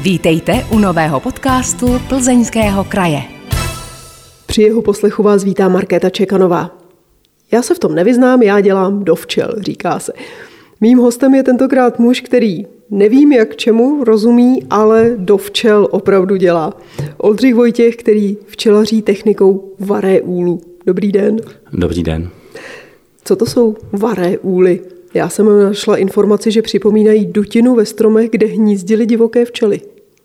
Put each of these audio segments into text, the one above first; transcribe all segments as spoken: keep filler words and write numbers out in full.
Vítejte u nového podcastu Plzeňského kraje. Při jeho poslechu vás vítá Markéta Čekanová. Já se v tom nevyznám, já dělám do včel, říká se. Mým hostem je tentokrát muž, který nevím jak čemu rozumí, ale do včel opravdu dělá. Oldřich Vojtěch, který včelaří technikou varé úlu. Dobrý den. Dobrý den. Co to jsou varé úly? Já jsem našla informaci, že připomínají dutinu ve stromech, kde hnízdily divoké včely.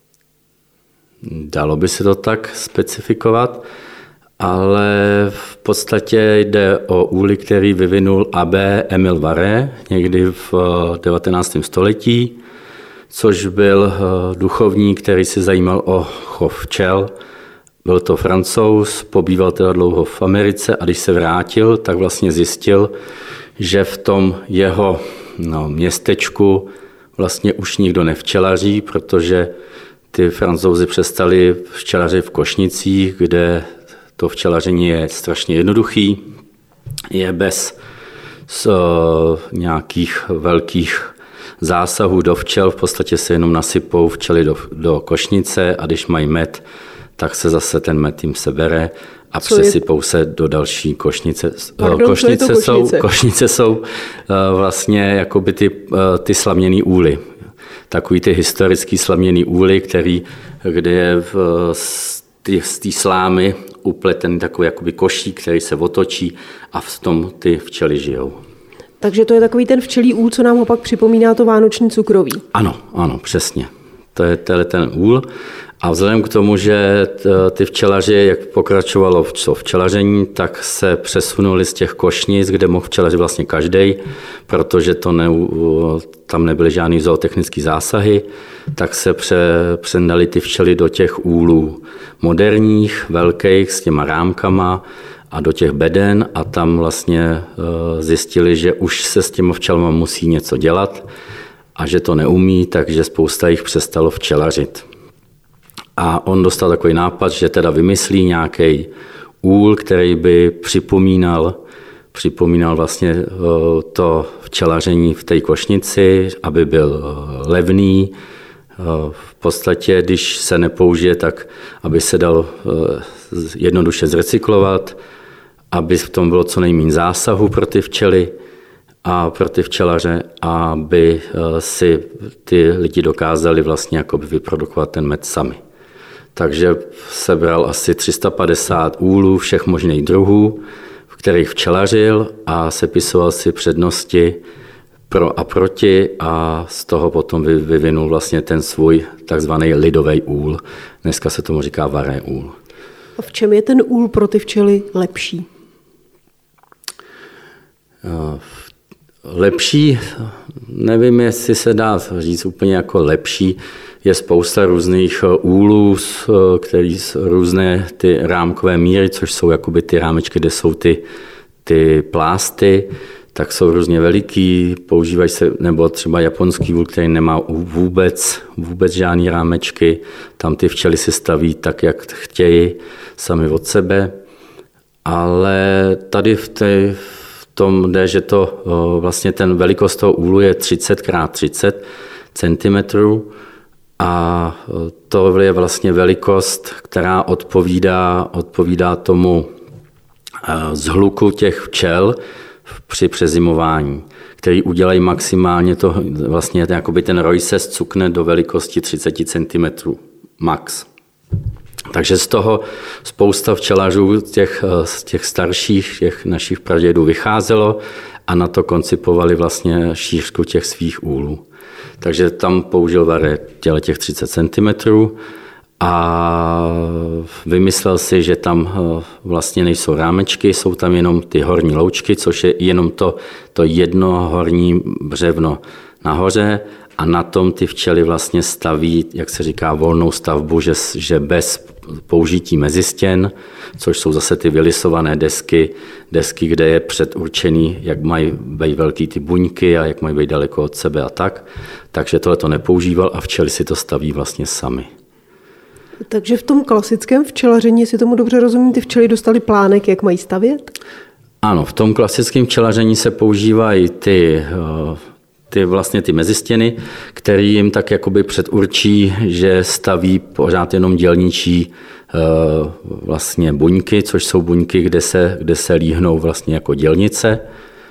Dalo by se to tak specifikovat, ale v podstatě jde o úly, který vyvinul Abbé Émile Varé někdy v devatenáctém století, což byl duchovník, který se zajímal o chov včel. Byl to Francouz, pobýval teda dlouho v Americe a když se vrátil, tak vlastně zjistil, že v tom jeho no, městečku vlastně už nikdo nevčelaří, protože ty Francouzi přestali včelařit v košnicích, kde to včelaření je strašně jednoduchý, je bez z, uh, nějakých velkých zásahů do včel, v podstatě se jenom nasypou včely do, do košnice a když mají med, tak se zase ten med jim sebere a co přesypou je? se do další košnice. Pardon, košnice, košnice? Jsou, košnice jsou uh, vlastně jakoby ty, uh, ty slaměný úly. Takový ty historický slaměný úly, který, kde je v, z té slámy upletený takový jakoby košík, který se otočí a v tom ty včely žijou. Takže to je takový ten včelí úl, co nám ho pak připomíná to vánoční cukroví. Ano, ano, přesně. To je ten úl. A vzhledem k tomu, že ty včelaři, jak pokračovalo v včelaření, tak se přesunuli z těch košnic, kde mohl včelařit vlastně každý, protože to ne, tam nebyly žádný zootechnické zásahy, tak se přendali ty včely do těch úlů moderních, velkých, s těma rámkama a do těch beden a tam vlastně zjistili, že už se s těma včelama musí něco dělat a že to neumí, takže spousta jich přestalo včelařit. A on dostal takový nápad, že teda vymyslí nějaký úl, který by připomínal, připomínal vlastně to včelaření v té košnici, aby byl levný. V podstatě, když se nepoužije, tak aby se dal jednoduše zrecyklovat, aby v tom bylo co nejméně zásahu pro ty včely a pro ty včelaře, aby si ty lidi dokázali vlastně jakoby vyprodukovat ten med sami. Takže sebral asi tři sta padesát úlů všech možných druhů, v kterých včelařil a sepisoval si přednosti pro a proti a z toho potom vyvinul vlastně ten svůj takzvaný lidový úl. Dneska se tomu říká varé úl. A v čem je ten úl pro ty včely lepší? Lepší, nevím, jestli se dá říct úplně jako lepší, je spousta různých úlů, které jsou různé ty rámkové míry, což jsou jakoby ty rámečky, kde jsou ty, ty plásty, tak jsou různě veliký, používají se, nebo třeba japonský úl, který nemá vůbec, vůbec žádný rámečky, tam ty včely si staví tak, jak chtějí, sami od sebe, ale tady v té v tom jde, že to vlastně ten velikost toho úlu je třicet krát třicet centimetrů, a to je vlastně velikost, která odpovídá, odpovídá tomu zhluku těch včel při přezimování, který udělají maximálně to, vlastně jakoby ten roj se zcukne do velikosti třicet centimetrů max. Takže z toho spousta včelařů těch, z těch starších, těch našich pradědů vycházelo a na to koncipovali vlastně šířku těch svých úlů. Takže tam použil Varé těle těch třicet centimetrů a vymyslel si, že tam vlastně nejsou rámečky, jsou tam jenom ty horní loučky, což je jenom to, to jedno horní břevno nahoře a na tom ty včely vlastně staví, jak se říká, volnou stavbu, že, že bez použití mezistěn, což jsou zase ty vylisované desky, desky, kde je předurčený, jak mají být velký ty buňky a jak mají být daleko od sebe a tak. Takže tohle to nepoužíval a včely si to staví vlastně sami. Takže v tom klasickém včelaření, jestli tomu dobře rozumím, ty včely dostaly plánek, jak mají stavět? Ano, v tom klasickém včelaření se používají ty ty vlastně ty mezistěny, který jim tak jakoby předurčí, že staví pořád jenom dělničí vlastně buňky, což jsou buňky, kde se, kde se líhnou vlastně jako dělnice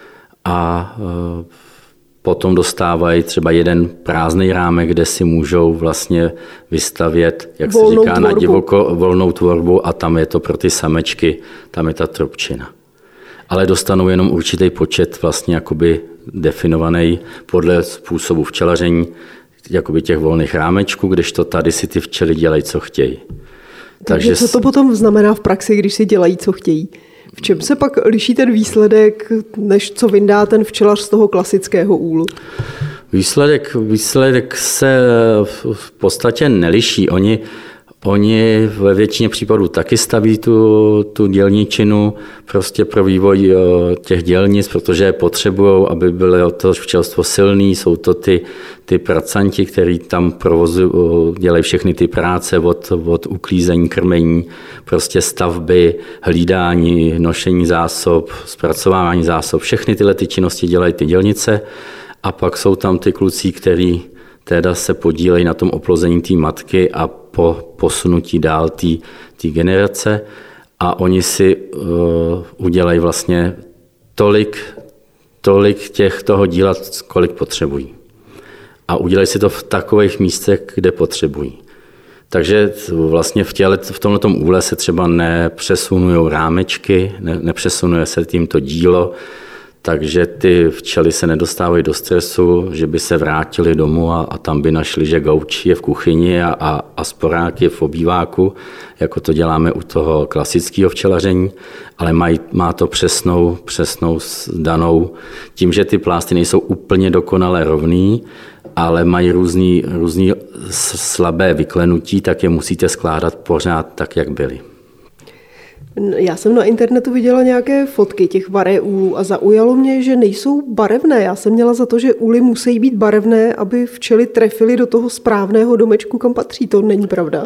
a potom dostávají třeba jeden prázdný rámek, kde si můžou vlastně vystavět, jak se říká, tvorbu. Na divoko volnou tvorbu a tam je to pro ty samečky, tam je ta trubčina. Ale dostanou jenom určitý počet vlastně jakoby definovaný podle způsobu včelaření jakoby těch volných rámečků, kdežto tady si ty včely dělají, co chtějí. Takže co to potom znamená v praxi, když si dělají, co chtějí? V čem se pak liší ten výsledek, než co vyndá ten včelař z toho klasického úlu? Výsledek, výsledek se v podstatě neliší. Oni, oni ve většině případů taky staví tu, tu dělničinu prostě pro vývoj těch dělnic, protože potřebují, aby bylo to včelstvo silný. Jsou to ty, ty pracanti, kteří tam provozují, dělají všechny ty práce od, od uklízení, krmení, prostě stavby, hlídání, nošení zásob, zpracovávání zásob. Všechny tyhle ty činnosti dělají ty dělnice a pak jsou tam ty kluci, kteří teda se podílejí na tom oplození té matky a po posunutí dál té generace a oni si uh, udělají vlastně tolik, tolik těch toho díla, kolik potřebují. A udělají si to v takových místech, kde potřebují. Takže vlastně v, těle, v tomto úle se třeba nepřesunují rámečky, ne, nepřesunuje se tímto dílo, takže ty včely se nedostávají do stresu, že by se vrátili domů a, a tam by našli, že gauč je v kuchyni a, a, a sporák je v obýváku, jako to děláme u toho klasického včelaření, ale maj, má to přesnou, přesnou danou, tím, že ty plásty nejsou úplně dokonale rovný, ale mají různý, různý slabé vyklenutí, tak je musíte skládat pořád tak, jak byly. Já jsem na internetu viděla nějaké fotky těch varé úlů a zaujalo mě, že nejsou barevné. Já jsem měla za to, že úly musí být barevné, aby včely trefily do toho správného domečku, kam patří. To není pravda?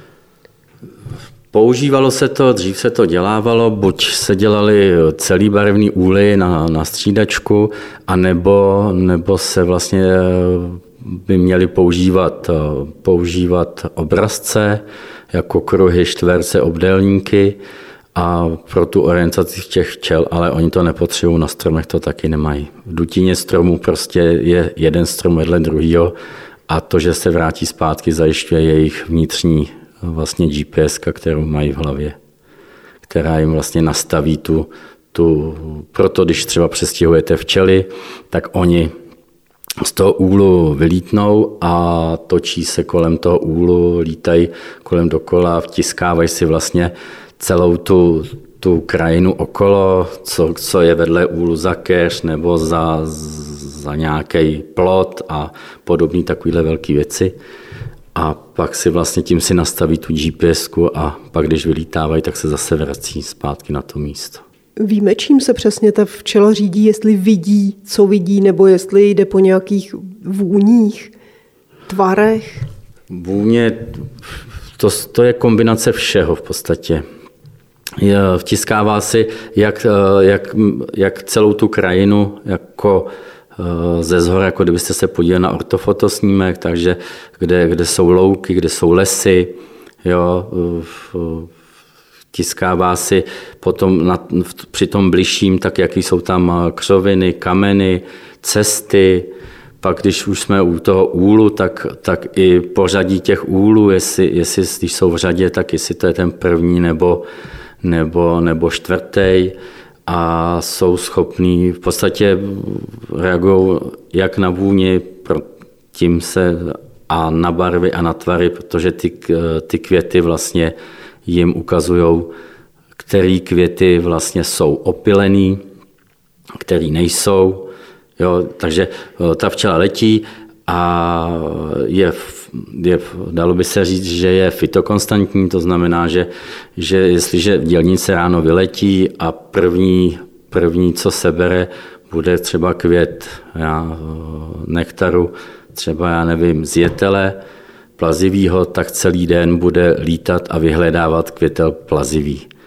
Používalo se to, dřív se to dělávalo, buď se dělaly celý barevný úly na, na střídačku, anebo, nebo se vlastně by měli používat, používat obrazce, jako kruhy, čtverce, obdélníky, a pro tu orientaci těch včel, ale oni to nepotřebují, na stromech to taky nemají. V dutině stromů prostě je jeden strom vedle druhého a to, že se vrátí zpátky, zajišťuje jejich vnitřní vlastně G P S, kterou mají v hlavě, která jim vlastně nastaví tu, tu proto když třeba přestěhujete včely, tak oni z toho úlu vylítnou a točí se kolem toho úlu, lítají kolem dokola, vtiskávají si vlastně celou tu, tu krajinu okolo, co, co je vedle úlu za keř nebo za, za nějaký plot a podobné takovéhle velké věci. A pak si vlastně tím si nastaví tu G P S ku a pak, když vylítávají, tak se zase vrací zpátky na to místo. Víme, čím se přesně ta včela řídí, jestli vidí, co vidí, nebo jestli jde po nějakých vůních, tvarech? Vůně, to, to je kombinace všeho v podstatě. Vtiskává si jak, jak, jak celou tu krajinu jako ze zhora, jako kdybyste se podívali na ortofotosnímek, takže kde, kde jsou louky, kde jsou lesy, jo, vtiskává si potom na, při tom bližším, tak jaký jsou tam křoviny, kameny, cesty. Pak když už jsme u toho úlu, tak, tak i pořadí těch úlů, jestli, jestli když jsou v řadě, tak jestli to je ten první nebo nebo, nebo čtvrtý a jsou schopní, v podstatě reagují jak na vůni, tím se a na barvy a na tvary, protože ty, ty květy vlastně jim ukazují, který květy vlastně jsou opylený, který nejsou. Jo, takže ta včela letí a je, je, dalo by se říct, že je fytokonstantní, to znamená, že, že jestliže dělnice ráno vyletí a první, první, co sebere, bude třeba květ já, nektaru, třeba, já nevím, z jetele plazivýho, tak celý den bude lítat a vyhledávat květel plazivý.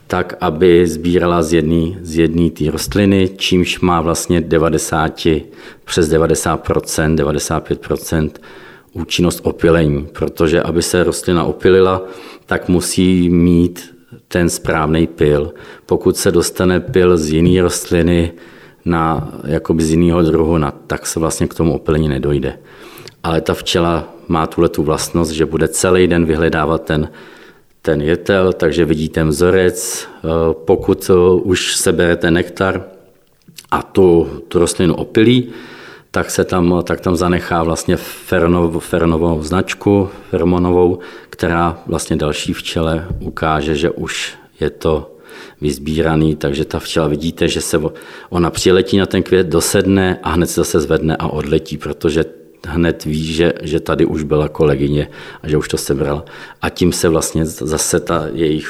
tak aby sbírala z jedné z jedné té rostliny, čímž má vlastně devadesát, přes devadesát procent, devadesát pět procent účinnost opylení, protože aby se rostlina opylila, tak musí mít ten správný pyl. Pokud se dostane pyl z jiné rostliny na, jakoby z jiného druhu, na, tak se vlastně k tomu opylení nedojde. Ale ta včela má tuhletu vlastnost, že bude celý den vyhledávat ten, ten jetel, takže vidí ten vzorec. Pokud už seberete nektar a tu, tu rostlinu opylí, tak se tam, tak tam zanechá vlastně feronovou, feronovou značku, feromonovou, která vlastně další včele ukáže, že už je to vyzbíraný, takže ta včela vidíte, že se ona přiletí na ten květ, dosedne a hned se zase zvedne a odletí, protože hned ví, že, že tady už byla kolegyně a že už to sebrala. A tím se vlastně zase ta jejich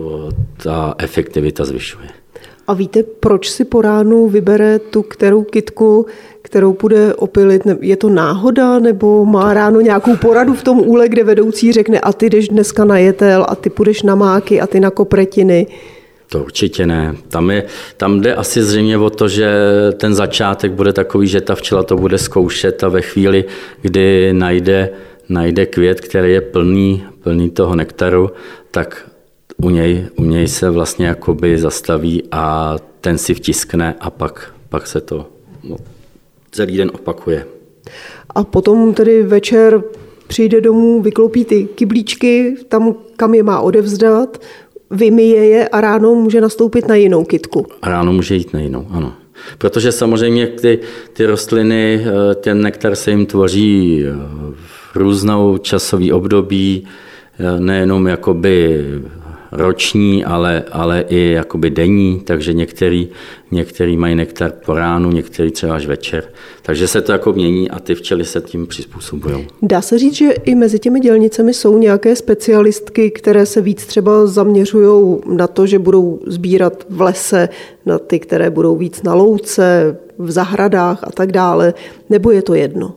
ta efektivita zvyšuje. A víte, proč si po ránu vybere tu kterou kytku, kterou bude opylit? Je to náhoda, nebo má ráno nějakou poradu v tom úle, kde vedoucí řekne a ty jdeš dneska na jetel a ty půjdeš na máky a ty na kopretiny? To určitě ne. Tam, je, tam jde asi zřejmě o to, že ten začátek bude takový, že ta včela to bude zkoušet a ve chvíli, kdy najde, najde květ, který je plný, plný toho nektaru, tak u něj, u něj se vlastně jakoby zastaví a ten si vtiskne a pak, pak se to no, celý den opakuje. A potom tedy večer přijde domů, vykloupí ty kyblíčky, tam, kam je má odevzdat, vymyje je a ráno může nastoupit na jinou kytku. A ráno může jít na jinou, ano. Protože samozřejmě ty, ty rostliny, ten nektar se jim tvoří v různou časový období, nejenom jakoby roční, ale, ale i jakoby denní, takže některý, některý mají nektar po ránu, některý třeba až večer. Takže se to jako mění a ty včely se tím přizpůsobují. Dá se říct, že i mezi těmi dělnicemi jsou nějaké specialistky, které se víc třeba zaměřují na to, že budou sbírat v lese, na ty, které budou víc na louce, v zahradách a tak dále, nebo je to jedno?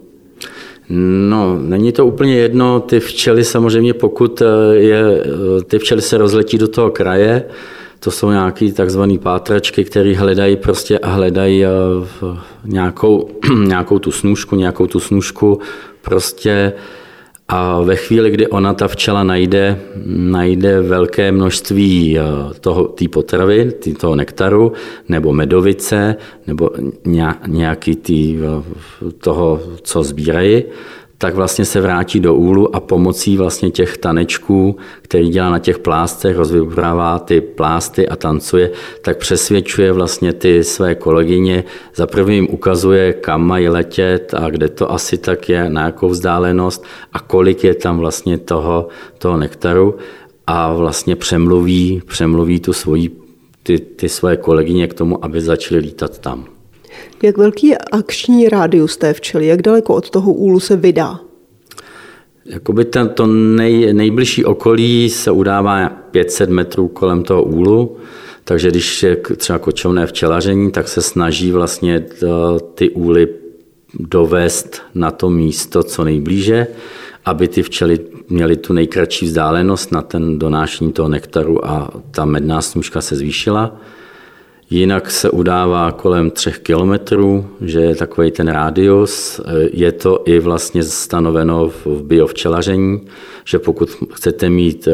No, není to úplně jedno, ty včely samozřejmě, pokud je, ty včely se rozletí do toho kraje, to jsou nějaké takzvané pátračky, které hledají prostě a hledají nějakou, nějakou tu snůžku, nějakou tu snůžku prostě a ve chvíli, kdy ona, ta včela najde, najde velké množství toho, té potravy, tý, toho nektaru, nebo medovice, nebo nějaký tý, toho, co sbírají, tak vlastně se vrátí do úlu a pomocí vlastně těch tanečků, který dělá na těch plástech, rozvybrává ty plásty a tancuje, tak přesvědčuje vlastně ty své kolegyně. Za první jim ukazuje, kam mají letět a kde to asi tak je, na jakou vzdálenost a kolik je tam vlastně toho, toho nektaru a vlastně přemluví, přemluví tu svoji, ty, ty své kolegyně k tomu, aby začaly lítat tam. Jak velký je akční rádius té včely? Jak daleko od toho úlu se vydá? Jakoby ten, to nej, nejbližší okolí se udává pět set metrů kolem toho úlu, takže když je třeba kočovné včelaření, tak se snaží vlastně ty úly dovést na to místo co nejblíže, aby ty včely měly tu nejkratší vzdálenost na ten donášení toho nektaru a ta medná snůžka se zvýšila. Jinak se udává kolem třech kilometrů, že je takový ten rádius. Je to i vlastně stanoveno v biovčelaření, že pokud chcete mít,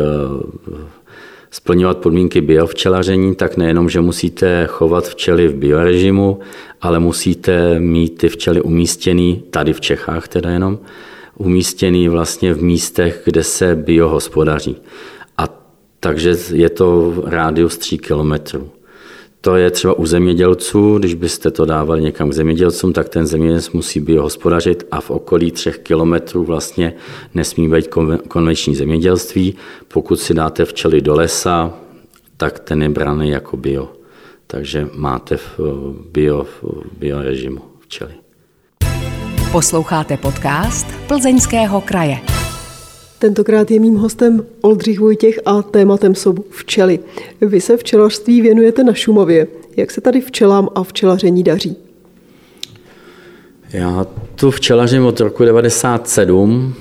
splňovat podmínky biovčelaření, tak nejenom, že musíte chovat včely v biorežimu, ale musíte mít ty včely umístěný, tady v Čechách teda jenom, umístěný vlastně v místech, kde se biohospodaří. A takže je to rádius tří kilometrů. To je třeba u zemědělců, když byste to dávali někam k zemědělcům, tak ten zemědělec musí biohospodařit a v okolí třech kilometrů vlastně nesmí být konvenční zemědělství. Pokud si dáte včely do lesa, tak ten je braný jako bio. Takže máte v bio, v bio režimu včely. Posloucháte podcast Plzeňského kraje. Tentokrát je mým hostem Oldřich Vojtěch a tématem jsou včely. Vy se včelařství věnujete na Šumavě. Jak se tady včelám a včelaření daří? Já tu včelařím od roku devadesát sedm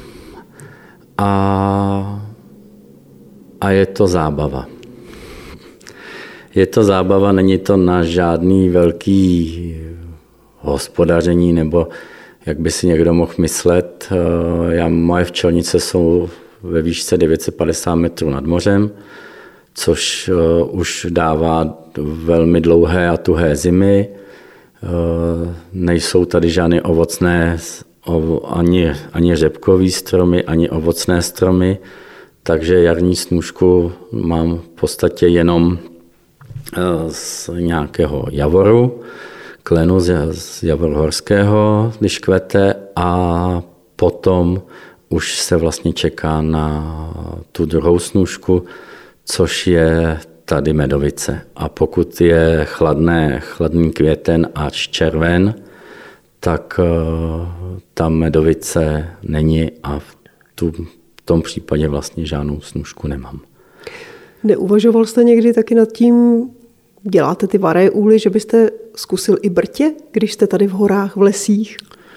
a, a je to zábava. Je to zábava, není to na žádný velký hospodaření, nebo jak by si někdo mohl myslet. Já, moje včelnice jsou ve výšce devět set padesát metrů nad mořem, což už dává velmi dlouhé a tuhé zimy. Nejsou tady žádné ovocné, ani, ani řepkový stromy, ani ovocné stromy, takže jarní snůšku mám v podstatě jenom z nějakého javoru, klenu z javoru horského, když kvete, a potom už se vlastně čeká na tu druhou snůšku, což je tady medovice. A pokud je chladné, chladný květen až červen, tak ta medovice není a v, tu, v tom případě vlastně žádnou snůšku nemám. Neuvažoval jste někdy taky nad tím, děláte ty varé úly, že byste zkusil i brtě, když jste tady v horách, v lesích?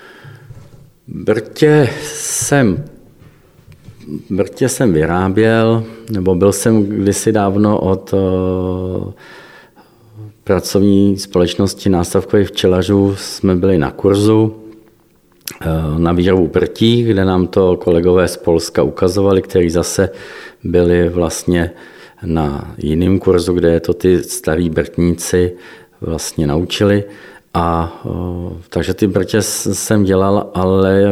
Brtě jsem, brtě jsem vyráběl, nebo byl jsem kdysi dávno od uh, pracovní společnosti nástavkových včelařů, jsme byli na kurzu uh, na výrobu brtí, kde nám to kolegové z Polska ukazovali, kteří zase byli vlastně na jiném kurzu, kde to ty starí brtníci vlastně naučili. A takže ty brtě jsem dělal, ale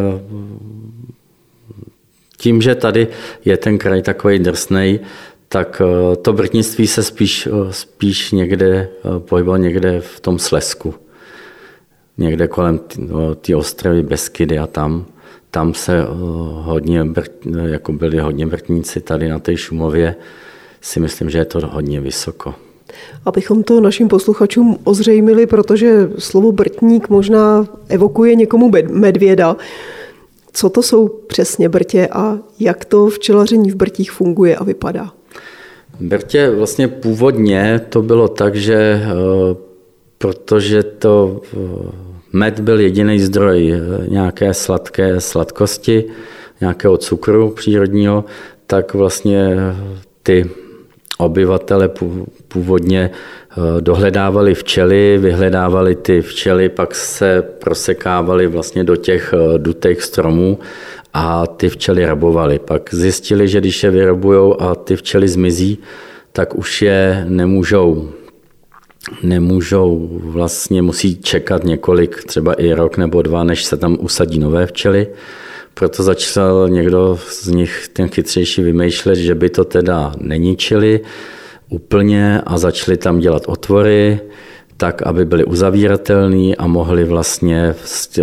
tím, že tady je ten kraj takový drsnej, tak to brtnictví se spíš, spíš někde pohyboval někde v tom Slezsku. Někde kolem té ostrovy Beskydy a tam, tam se hodně, jako byli hodně brtníci tady na té Šumově, si myslím, že je to hodně vysoko. Abychom to našim posluchačům ozřejmili, protože slovo brtník možná evokuje někomu medvěda. Co to jsou přesně brtě a jak to včelaření v brtích funguje a vypadá? Brtě vlastně původně to bylo tak, že protože to med byl jediný zdroj nějaké sladké sladkosti, nějakého cukru přírodního, tak vlastně ty obyvatele původně dohledávali včely, vyhledávali ty včely, pak se prosekávali vlastně do těch dutých stromů a ty včely rabovali. Pak zjistili, že když je vyrabujou a ty včely zmizí, tak už je nemůžou, nemůžou vlastně musí čekat několik, třeba i rok nebo dva, než se tam usadí nové včely. Proto začal někdo z nich, ten chytřejší, vymýšlet, že by to teda neničili úplně a začali tam dělat otvory, tak, aby byly uzavíratelné a mohli vlastně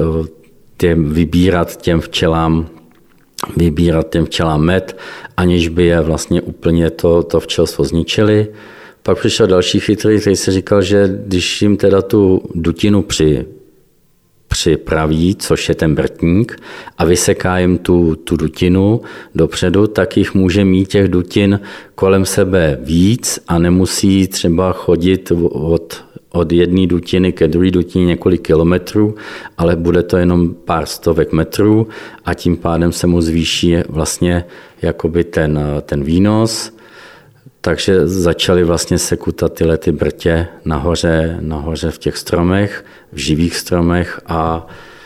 těm vybírat těm včelám, vybírat těm včelám med, aniž by je vlastně úplně to, to včelstvo zničili. Pak přišel další chytrý, který si říkal, že když jim teda tu dutinu při připraví, což je ten brtník, a vyseká jim tu, tu dutinu dopředu, tak jich může mít těch dutin kolem sebe víc a nemusí třeba chodit od, od jedné dutiny ke druhé dutině několik kilometrů, ale bude to jenom pár stovek metrů a tím pádem se mu zvýší vlastně jakoby ten, ten výnos. Takže začaly vlastně sekutat tyhle ty brtě nahoře, nahoře v těch stromech, v živých stromech a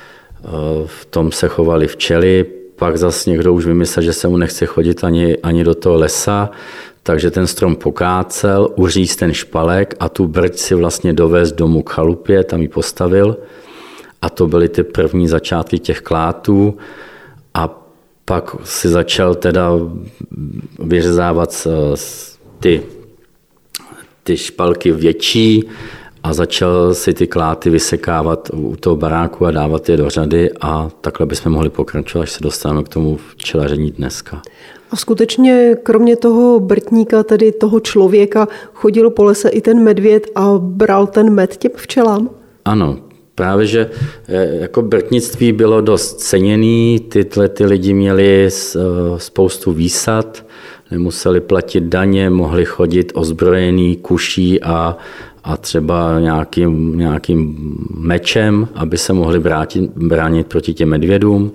v tom se chovaly včely. Pak zase někdo už vymyslel, že se mu nechce chodit ani, ani do toho lesa, takže ten strom pokácel, uříz ten špalek a tu brť si vlastně dovez domů k chalupě, tam ji postavil. A to byly ty první začátky těch klátů. A pak si začal teda vyřezávat ty, ty špalky větší a začal si ty kláty vysekávat u toho baráku a dávat je do řady a takhle bychom mohli pokračovat, až se dostaneme k tomu včelaření dneska. A skutečně kromě toho brtníka, tedy toho člověka, chodil po lese i ten medvěd a bral ten med těm včelám? Ano, právě, že jako brtnictví bylo dost ceněný, tyhle ty lidi měli spoustu výsad, nemuseli platit daně, mohli chodit ozbrojený kuší a, a třeba nějakým, nějakým mečem, aby se mohli bránit, bránit proti těm medvědům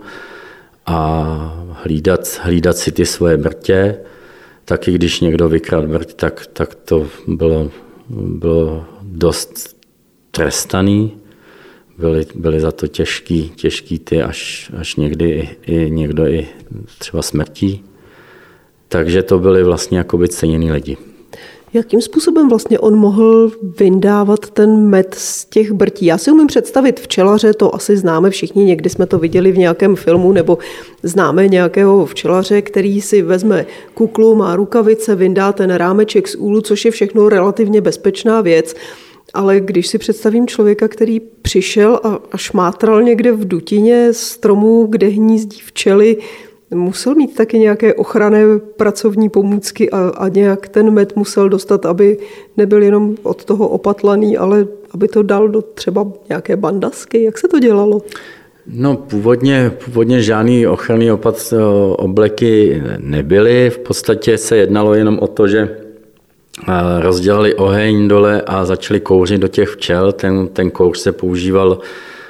a hlídat, hlídat si ty svoje brtě. Taky když někdo vykradl brť, tak, tak to bylo bylo dost trestaný, byly, byly za to těžký, těžký ty až, až někdy i, i někdo i třeba smrtí. Takže to byly vlastně jakoby ceněný lidi. Jakým způsobem vlastně on mohl vyndávat ten med z těch brtí? Já si umím představit včelaře, to asi známe všichni, někdy jsme to viděli v nějakém filmu, nebo známe nějakého včelaře, který si vezme kuklu, má rukavice, vyndá ten rámeček z úlu, což je všechno relativně bezpečná věc. Ale když si představím člověka, který přišel a, a šmátral někde v dutině stromu, kde hnízdí včely, musel mít taky nějaké ochranné pracovní pomůcky a, a nějak ten med musel dostat, aby nebyl jenom od toho opatlaný, ale aby to dal do třeba nějaké bandasky. Jak se to dělalo? No původně, původně žádný ochranný opat, obleky nebyly. V podstatě se jednalo jenom o to, že rozdělali oheň dole a začali kouřit do těch včel. Ten, ten kouř se používal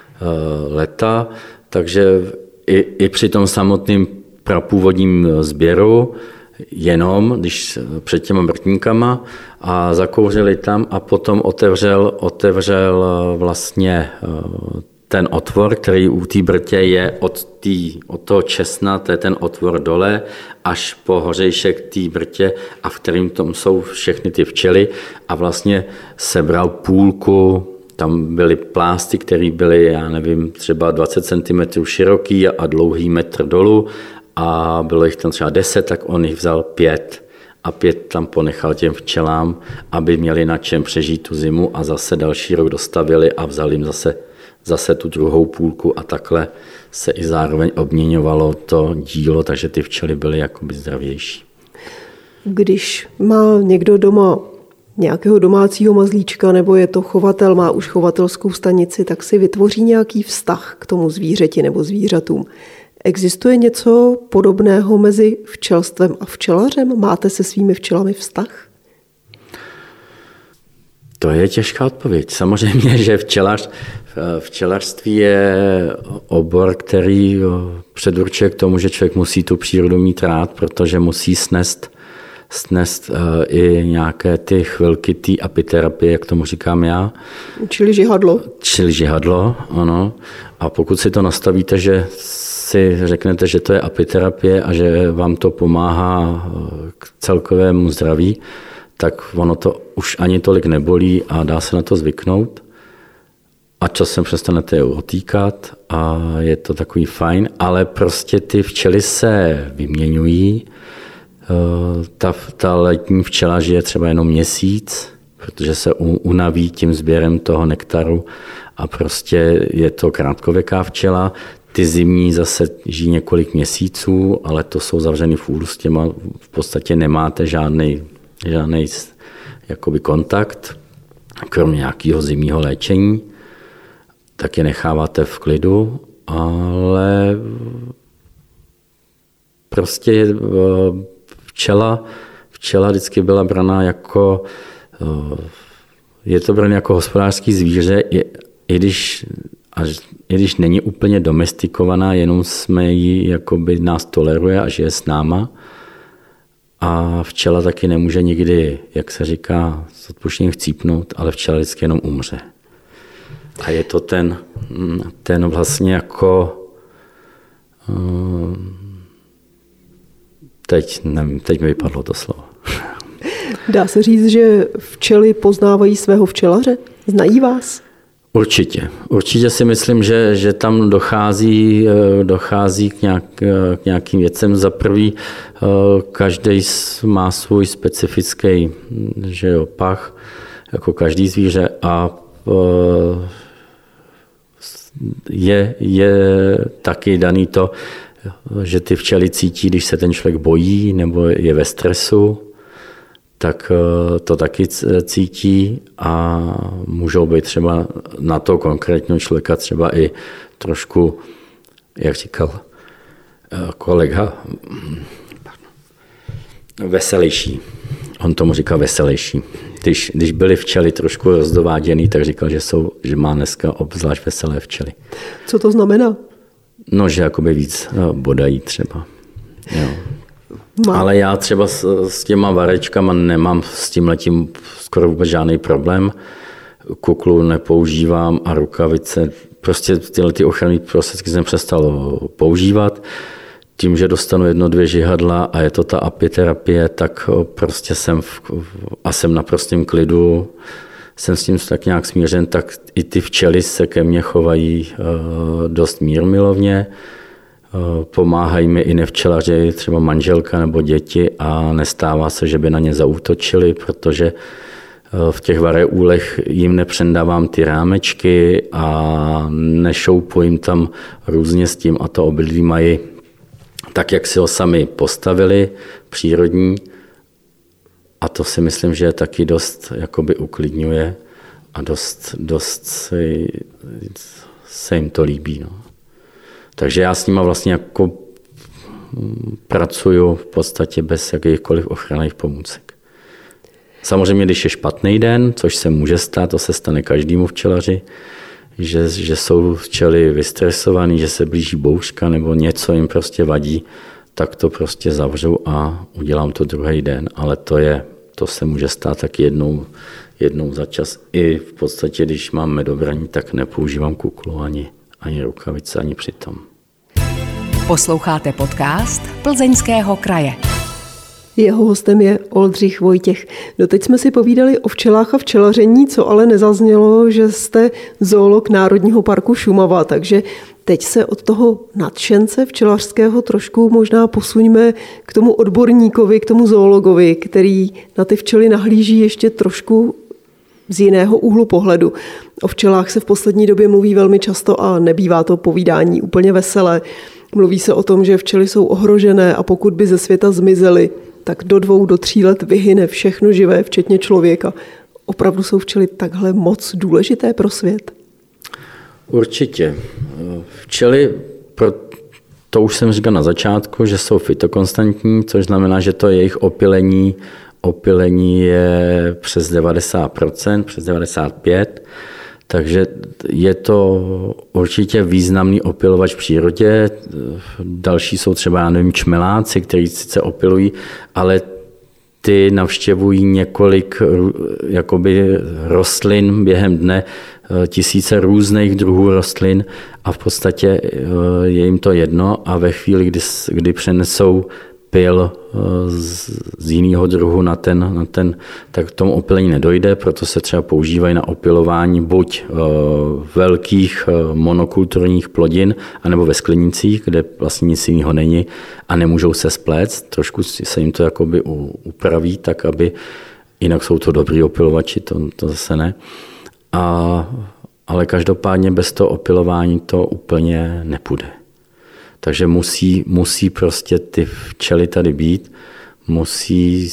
leta, takže i, i při tom samotném prapůvodním sběru, jenom když před těma vrtníkama a zakouřili tam a potom otevřel, otevřel vlastně ten otvor, který u té brtě je od, tý, od toho česna, to je ten otvor dole, až po hořejšek té brtě a v kterým tom jsou všechny ty včely a vlastně sebral půlku. Tam byly plásty, které byly, já nevím, třeba dvacet centimetrů široký a dlouhý metr dolů a bylo jich tam třeba deset, tak on jich vzal pět a pět tam ponechal těm včelám, aby měli na čem přežít tu zimu a zase další rok dostavili a vzali jim zase, zase tu druhou půlku a takhle se i zároveň obměňovalo to dílo, takže ty včely byly jakoby zdravější. Když má někdo doma nějakého domácího mazlíčka, nebo je to chovatel, má už chovatelskou stanici, tak si vytvoří nějaký vztah k tomu zvířeti nebo zvířatům. Existuje něco podobného mezi včelstvem a včelařem? Máte se svými včelami vztah? To je těžká odpověď. Samozřejmě, že včelař, včelařství je obor, který předurčuje k tomu, že člověk musí tu přírodu mít rád, protože musí snést snést i nějaké ty chvilky té apiterapie, jak tomu říkám já. Čili žihadlo. Čili žihadlo, ano. A pokud si to nastavíte, že si řeknete, že to je apiterapie a že vám to pomáhá k celkovému zdraví, tak ono to už ani tolik nebolí a dá se na to zvyknout. A časem přestanete je otýkat a je to takový fajn, ale prostě ty včely se vyměňují. Ta, ta letní včela žije třeba jenom měsíc, protože se unaví tím sběrem toho nektaru a prostě je to krátkověká včela. Ty zimní zase žijí několik měsíců, ale to jsou zavřený v úlu, s těma v podstatě nemáte žádný, žádný jakoby kontakt, kromě nějakého zimního léčení, tak je necháváte v klidu, ale prostě Včela, včela vždycky byla braná jako, je to brané jako hospodářský zvíře, i, i, když, až, i když není úplně domestikovaná, jenom jsme ji, jakoby nás toleruje a žije s náma. A včela taky nemůže nikdy, jak se říká, s odpuštěním chcípnout, ale včela vždycky jenom umře. A je to ten, ten vlastně jako... Teď, nevím, teď mi vypadlo to slovo. Dá se říct, že včely poznávají svého včelaře? Znají vás? Určitě. Určitě si myslím, že, že tam dochází, dochází k, nějak, k nějakým věcem. Za prvý, každý má svůj specifický, že jo, pach, jako každý zvíře a je, je taky daný to, že ty včely cítí, když se ten člověk bojí nebo je ve stresu, tak to taky cítí a můžou být třeba na to konkrétního člověka třeba i trošku, jak říkal kolega, veselější. On tomu říkal veselější. Když, když byly včely trošku rozdováděný, tak říkal, že, jsou, že má dneska obzvlášť veselé včely. Co to znamená? No, že jakoby víc bodají třeba. Jo. má. Ale já třeba s, s těma varečkama nemám s tímhletím skoro vůbec žádný problém. Kuklu nepoužívám a rukavice, prostě tyhle ty ochranné prostředky jsem přestal používat. Tím, že dostanu jedno, dvě žihadla a je to ta apiterapie, tak prostě jsem v, a jsem na prostém klidu, jsem s tím tak nějak smířen, tak i ty včely se ke mně chovají dost mírmilovně. Pomáhají mi i nevčelaři, třeba manželka nebo děti a nestává se, že by na ně zaútočili, protože v těch vareúlech jim nepřendávám ty rámečky a nešoupujím tam různě s tím a to obydlí mají tak, jak si ho sami postavili, přírodní. A to si myslím, že taky dost jakoby uklidňuje a dost, dost se, se jim to líbí. No. Takže já s nima vlastně jako pracuju v podstatě bez jakýchkoliv ochranných pomůcek. Samozřejmě, když je špatný den, což se může stát, to se stane každému včelaři, že, že jsou včely vystresovaný, že se blíží bouřka nebo něco jim prostě vadí, tak to prostě zavřu a udělám to druhý den. Ale to je, to se může stát tak jednou, jednou za čas. I v podstatě, když mám medobraní, tak nepoužívám kuklu ani, ani rukavice, ani přitom. Posloucháte podcast Plzeňského kraje. Jeho hostem je Oldřich Vojtěch. Doteď jsme si povídali o včelách a včelaření, co ale nezaznělo, že jste zoolog Národního parku Šumava, takže teď se od toho nadšence včelařského trošku možná posuňme k tomu odborníkovi, k tomu zoologovi, který na ty včely nahlíží ještě trošku z jiného úhlu pohledu. O včelách se v poslední době mluví velmi často a nebývá to povídání úplně veselé. Mluví se o tom, že včely jsou ohrožené a pokud by ze světa zmizely, tak do dvou, do tří let vyhyne všechno živé, včetně člověka. Opravdu jsou včely takhle moc důležité pro svět? Určitě. Včely, to už jsem říkal na začátku, že jsou fytokonstantní, což znamená, že to jejich opylení, opylení je přes devadesát procent, přes devadesát pět procent, takže je to určitě významný opylovač v přírodě. Další jsou třeba, já nevím, čmeláci, kteří sice opylují, ale ty navštěvují několik jakoby rostlin během dne, tisíce různých druhů rostlin a v podstatě je jim to jedno a ve chvíli, kdy, kdy přenesou pyl z, z jiného druhu na ten, na ten, tak k tomu opylení nedojde, proto se třeba používají na opylování buď velkých monokulturních plodin, anebo ve sklenících, kde vlastně nic jiného není a nemůžou se spléct, trošku se jim to jakoby upraví, tak aby, jinak jsou to dobrý opylovači, to, to zase ne. A, ale každopádně bez toho opylování to úplně nepůjde. Takže musí, musí prostě ty včely tady být, musí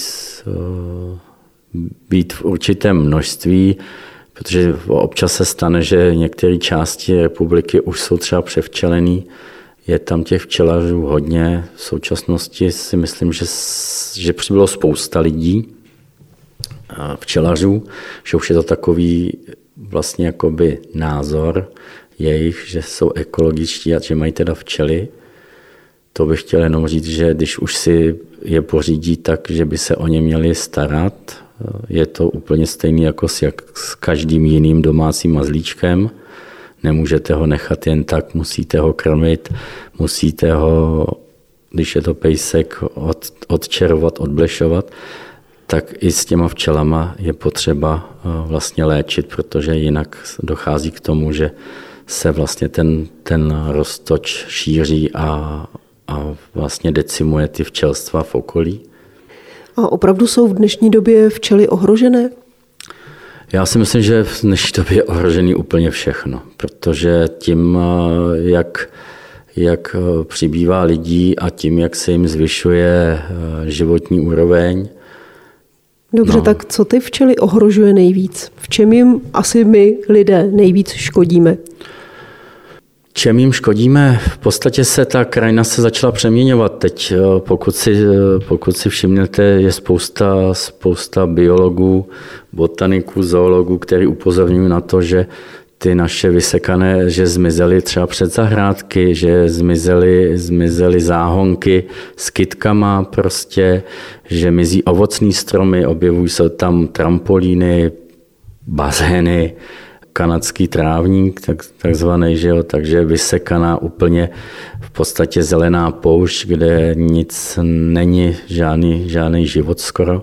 být v určitém množství, protože občas se stane, že některé části republiky už jsou třeba převčelený, je tam těch včelařů hodně. V současnosti si myslím, že, že přibylo spousta lidí, včelařů, že už je to takový vlastně jakoby názor jejich, že jsou ekologičtí a že mají teda včely. To bych chtěl jenom říct, že když už si je pořídí, tak že by se o ně měli starat. Je to úplně stejný jako s, jak s každým jiným domácím mazlíčkem. Nemůžete ho nechat jen tak, musíte ho krmit, musíte ho, když je to pejsek, od, odčerovat, odblešovat. Tak i s těma včelama je potřeba vlastně léčit, protože jinak dochází k tomu, že se vlastně ten, ten roztoč šíří a, a vlastně decimuje ty včelstva v okolí. A opravdu jsou v dnešní době včely ohrožené? Já si myslím, že v dnešní době je ohrožený úplně všechno, protože tím, jak, jak přibývá lidí a tím, jak se jim zvyšuje životní úroveň. Dobře, no. Tak co ty včely ohrožuje nejvíc? V čem jim asi my, lidé, nejvíc škodíme? Čem jim škodíme? V podstatě se ta krajina se začala přeměňovat. Teď, pokud si, pokud si všimnete, je spousta, spousta biologů, botaniků, zoologů, kteří upozorňují na to, že ty naše vysekané, že zmizely třeba před zahrádky, že zmizely, zmizely záhonky s kytkama prostě, že mizí ovocní stromy, objevují se tam trampolíny, bazény, kanadský trávník, tak, takzvaný, že jo, takže vysekaná úplně v podstatě zelená poušť, kde nic není, žádný, žádný život skoro.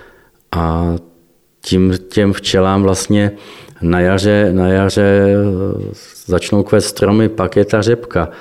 A tím těm včelám vlastně na jaře, na jaře začnou kvést stromy, pak je ta řepka.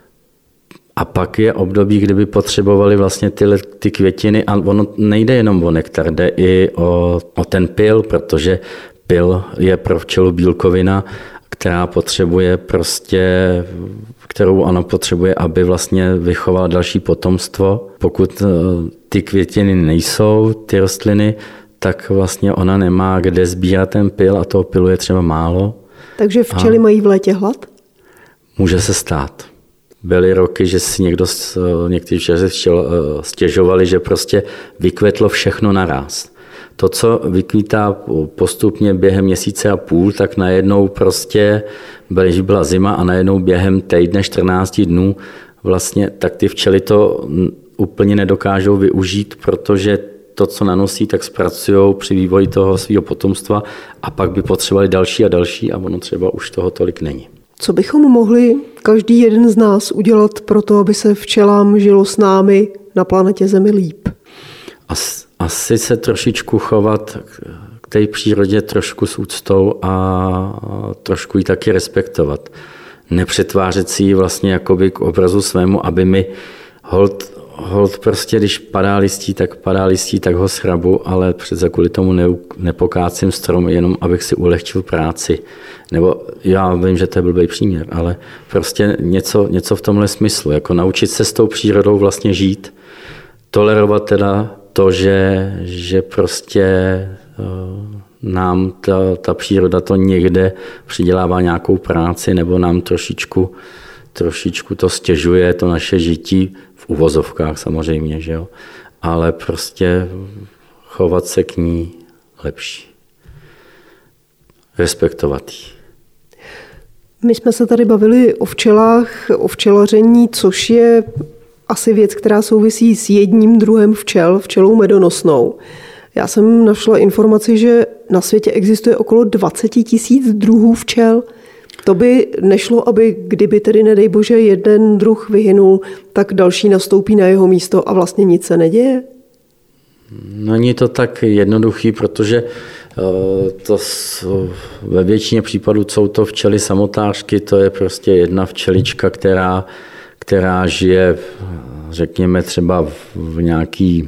A pak je období, kdyby potřebovali vlastně tyhle, ty květiny, a ono nejde jenom o nektar, jde i o, o ten pyl, protože pyl je pro včelu bílkovina, která potřebuje prostě, kterou ona potřebuje, aby vlastně vychovala další potomstvo. Pokud ty květiny nejsou, ty rostliny, tak vlastně ona nemá kde sbírat ten pyl a toho pylu je třeba málo. Takže včely a mají v létě hlad? Může se stát. Byly roky, že si někdo, někteří včely stěžovali, že prostě vykvetlo všechno naráz. To, co vykvítá postupně během měsíce a půl, tak najednou prostě, když byla zima a najednou během týdne, čtrnácti dnů, vlastně, tak ty včely to úplně nedokážou využít, protože to, co nanosí, tak zpracují při vývoji toho svého potomstva a pak by potřebovali další a další a ono třeba už toho tolik není. Co bychom mohli každý jeden z nás udělat pro to, aby se včelám žilo s námi na planetě Zemi líp? As, asi se trošičku chovat k té přírodě trošku s úctou a trošku ji taky respektovat. Nepřetvářet si ji vlastně jakoby k obrazu svému, aby mi hold, hold prostě, když padá listí, tak padá listí, tak ho shrabu, ale přece kvůli tomu ne, nepokácím strom, jenom abych si ulehčil práci. Nebo já vím, že to je blbý příměr, ale prostě něco, něco v tomhle smyslu, jako naučit se s tou přírodou vlastně žít, tolerovat teda to, že, že prostě nám ta, ta příroda to někde přidělává nějakou práci nebo nám trošičku, trošičku to stěžuje, to naše žití, v uvozovkách samozřejmě, že jo? Ale prostě chovat se k ní lepší. Respektovat ji. My jsme se tady bavili o včelách, o včelaření, což je asi věc, která souvisí s jedním druhem včel, včelou medonosnou. Já jsem našla informaci, že na světě existuje okolo dvacet tisíc druhů včel. To by nešlo, aby kdyby tedy, nedej bože, jeden druh vyhynul, tak další nastoupí na jeho místo a vlastně nic se neděje? Není to tak jednoduchý, protože to ve většině případů jsou to včely samotářky, to je prostě jedna včelička, která, která žije, řekněme, třeba v nějaký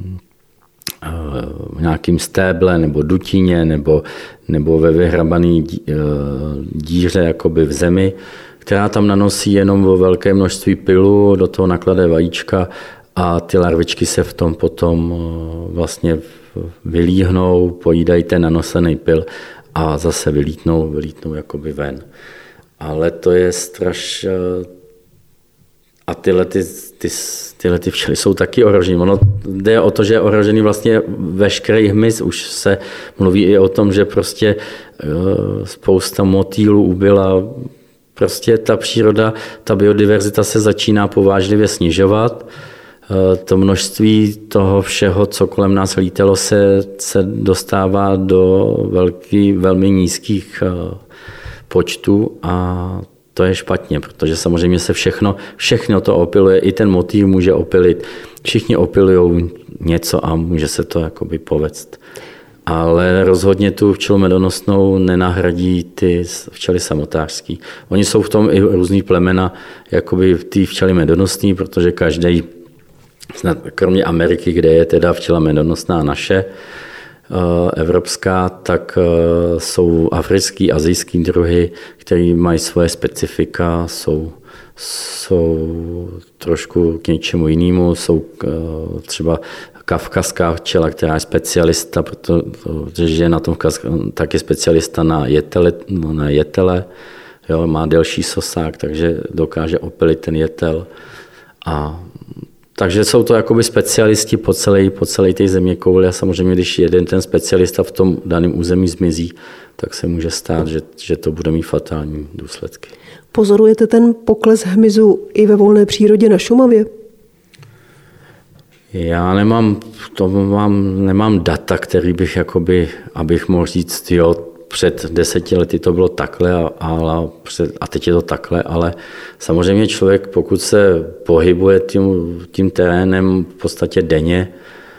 v nějakým stéble nebo dutině nebo, nebo ve vyhrabané díře jakoby v zemi, která tam nanosí jenom o velké množství pylu, do toho naklade vajíčka a ty larvičky se v tom potom vlastně vylíhnou, pojídají ten nanosený pyl a zase vylítnou, vylítnou jakoby ven. Ale to je straš... A tyhle, ty, ty, tyhle ty včely jsou taky ohrožený. Ono jde o to, že je ohrožený vlastně veškerý hmyz. Už se mluví i o tom, že prostě spousta motýlů ubyla. Prostě ta příroda, ta biodiverzita se začíná povážlivě snižovat. To množství toho všeho, co kolem nás lítalo, se, se dostává do velký, velmi nízkých počtů a to je špatně, protože samozřejmě se všechno, všechno to opiluje, i ten motýl může opilit. Všichni opilují něco a může se to jakoby povést. Ale rozhodně tu včelu medonosnou nenahradí ty včely samotářský. Oni jsou v tom i různý plemena, jakoby ty včely medonosný, protože každý, kromě Ameriky, kde je teda včela medonosná naše, evropská, tak jsou africký, asijský druhy, které mají svoje specifika, jsou, jsou trošku k něčemu jinému, jsou třeba kavkazská včela, která je specialista, protože je na tom taky specialista na jetele, na jetele jo, má delší sosák, takže dokáže opilit ten jetel a Takže jsou to jakoby specialisti po celé, po celé té zeměkouli a samozřejmě, když jeden ten specialista v tom daném území zmizí, tak se může stát, že, že to bude mít fatální důsledky. Pozorujete ten pokles hmyzu i ve volné přírodě na Šumavě? Já nemám, to mám, nemám data, který bych, jakoby, abych mohl říct, jo, před deseti lety to bylo takhle a, a, před, a teď je to takhle, ale samozřejmě člověk, pokud se pohybuje tím, tím terénem v podstatě denně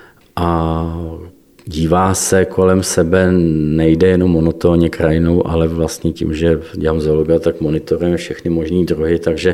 a dívá se kolem sebe, nejde jenom monotónně krajinou, ale vlastně tím, že dělám zoologa, tak monitorujeme všechny možné druhy, takže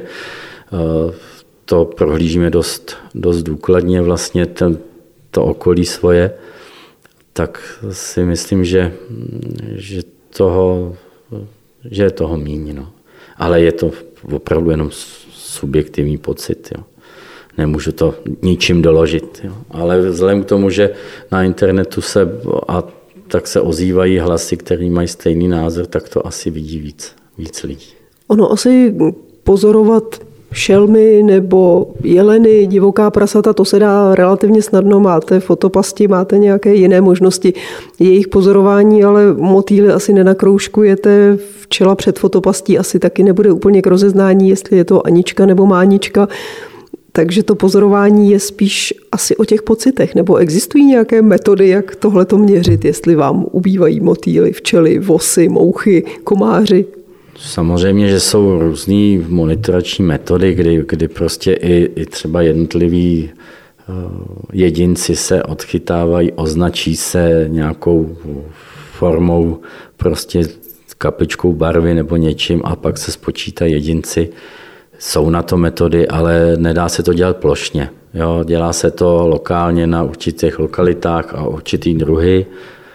to prohlížíme dost, dost důkladně vlastně ten, to okolí svoje, tak si myslím, že, že, toho, že je toho míň. No. Ale je to opravdu jenom subjektivní pocit. Jo. Nemůžu to ničím doložit. Jo. Ale vzhledem k tomu, že na internetu se, a tak se ozývají hlasy, který mají stejný názor, tak to asi vidí víc, víc lidí. Ono asi pozorovat šelmy nebo jeleny, divoká prasata, to se dá relativně snadno. Máte fotopasti, máte nějaké jiné možnosti jejich pozorování, ale motýly asi nenakroužkujete. Včela před fotopastí asi taky nebude úplně k rozeznání, jestli je to Anička nebo Mánička. Takže to pozorování je spíš asi o těch pocitech. Nebo existují nějaké metody, jak tohleto měřit, jestli vám ubývají motýly, včely, vosy, mouchy, komáři? Samozřejmě, že jsou různé monitorační metody, kdy, kdy prostě i, i třeba jednotliví jedinci se odchytávají, označí se nějakou formou, prostě kapličkou barvy nebo něčím a pak se spočítají jedinci. Jsou na to metody, ale nedá se to dělat plošně. Jo, dělá se to lokálně na určitých lokalitách a určitý druhy.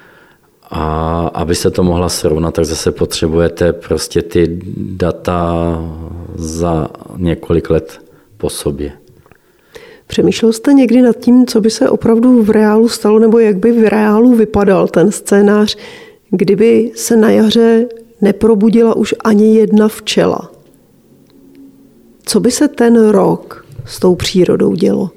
A aby se to mohla srovnat, tak zase potřebujete prostě ty data za několik let po sobě. Přemýšlel jste někdy nad tím, co by se opravdu v reálu stalo, nebo jak by v reálu vypadal ten scénář, kdyby se na jaře neprobudila už ani jedna včela? Co by se ten rok s tou přírodou dělo?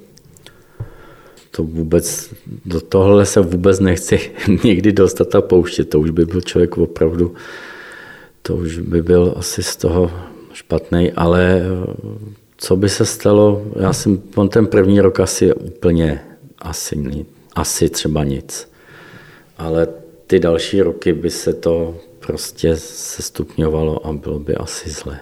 To vůbec, do tohle se vůbec nechci nikdy dostat a pouštět. To už by byl člověk opravdu, to už by byl asi z toho špatnej, ale co by se stalo, já jsem on ten první rok asi úplně, asi, asi třeba nic. Ale ty další roky by se to prostě sestupňovalo a bylo by asi zlé.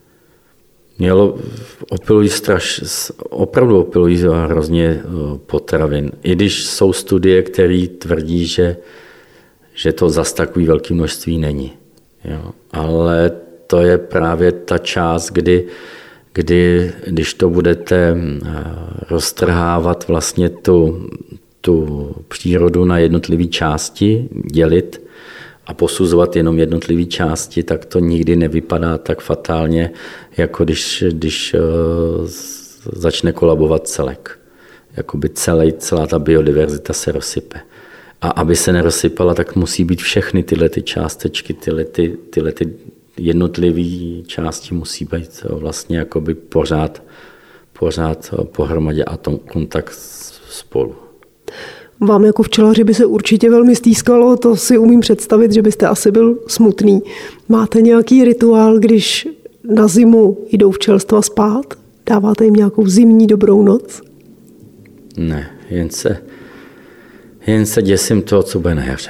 Mělo opilují straš, opravdu opilují hrozně potravin. I když jsou studie, které tvrdí, že, že to zas takový velké množství není. Jo. Ale to je právě ta část, kdy, kdy když to budete roztrhávat vlastně tu, tu přírodu na jednotlivé části, dělit, a posuzovat jenom jednotlivé části, tak to nikdy nevypadá tak fatálně, jako když, když uh, začne kolabovat celek. Jakoby celý, celá ta biodiverzita se rozsype. A aby se nerozsypala, tak musí být všechny tyhle ty částečky, tyhle, ty, tyhle ty jednotlivé části musí být vlastně jakoby pořád, pořád pohromadě a tom kontakt spolu. Vám jako včelaři by se určitě velmi stýskalo, to si umím představit, že byste asi byl smutný. Máte nějaký rituál, když na zimu jdou včelstva spát? Dáváte jim nějakou zimní dobrou noc? Ne, jen se, jen se děsím toho, co bude na jaře.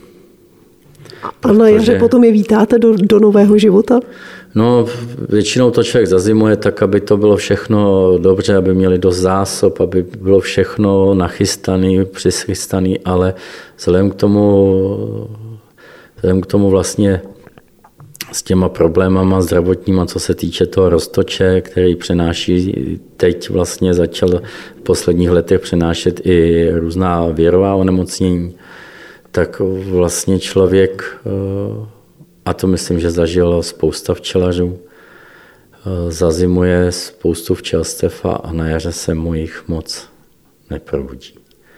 A Protože... na jaře potom je vítáte do, do nového života? No, většinou to člověk zazimuje tak, aby to bylo všechno dobře, aby měli dost zásob, aby bylo všechno nachystané, přischystané, ale vzhledem k tomu, vzhledem k tomu vlastně s těma problémama zdravotníma, co se týče toho roztoče, který přenáší, teď vlastně začal v posledních letech přenášet i různá virová onemocnění, tak vlastně člověk, a to myslím, že zažilo spousta včelařů, zazimuje spoustu včelstev a na jaře se mu jich moc neprobudí.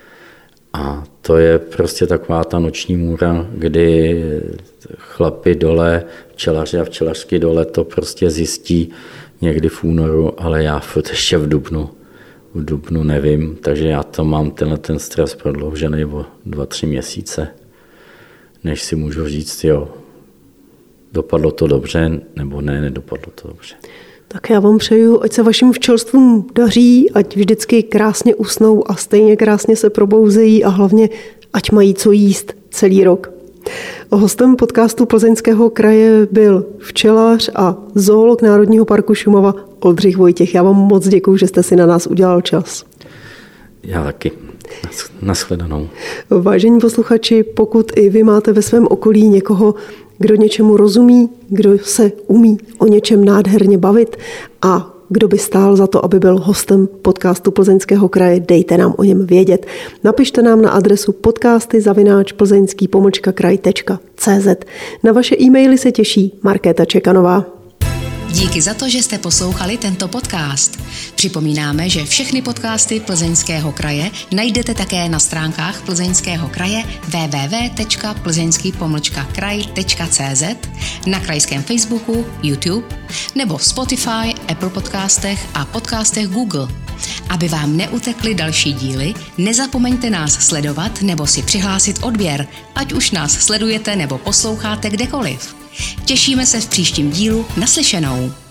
A to je prostě taková ta noční můra, kdy chlapi dole, včelaři a včelařky dole to prostě zjistí někdy v únoru, ale já furt ještě v dubnu v dubnu, nevím. Takže já to mám tenhle ten stres prodloužený o dva, tři měsíce, než si můžu říct, jo, dopadlo to dobře, nebo ne, nedopadlo to dobře. Tak já vám přeju, ať se vašim včelstvům daří, ať vždycky krásně usnou a stejně krásně se probouzejí a hlavně ať mají co jíst celý rok. Hostem podcastu Plzeňského kraje byl včelař a zoolog Národního parku Šumava Oldřich Vojtěch. Já vám moc děkuju, že jste si na nás udělal čas. Já taky. Nashledanou. Vážení posluchači, pokud i vy máte ve svém okolí někoho, kdo něčemu rozumí, kdo se umí o něčem nádherně bavit a kdo by stál za to, aby byl hostem podcastu Plzeňského kraje, dejte nám o něm vědět. Napište nám na adresu podcasty zavináč plzeňský pomlčka kraj tečka cé zet. Na vaše e-maily se těší Markéta Čekanová. Díky za to, že jste poslouchali tento podcast. Připomínáme, že všechny podcasty Plzeňského kraje najdete také na stránkách Plzeňského kraje w w w tečka plzeňský pomlčka kraj tečka cé zet, na krajském Facebooku, YouTube nebo Spotify, Apple podcastech a podcastech Google. Aby vám neutekly další díly, nezapomeňte nás sledovat nebo si přihlásit odběr, ať už nás sledujete nebo posloucháte kdekoliv. Těšíme se v příštím dílu. Naslyšenou.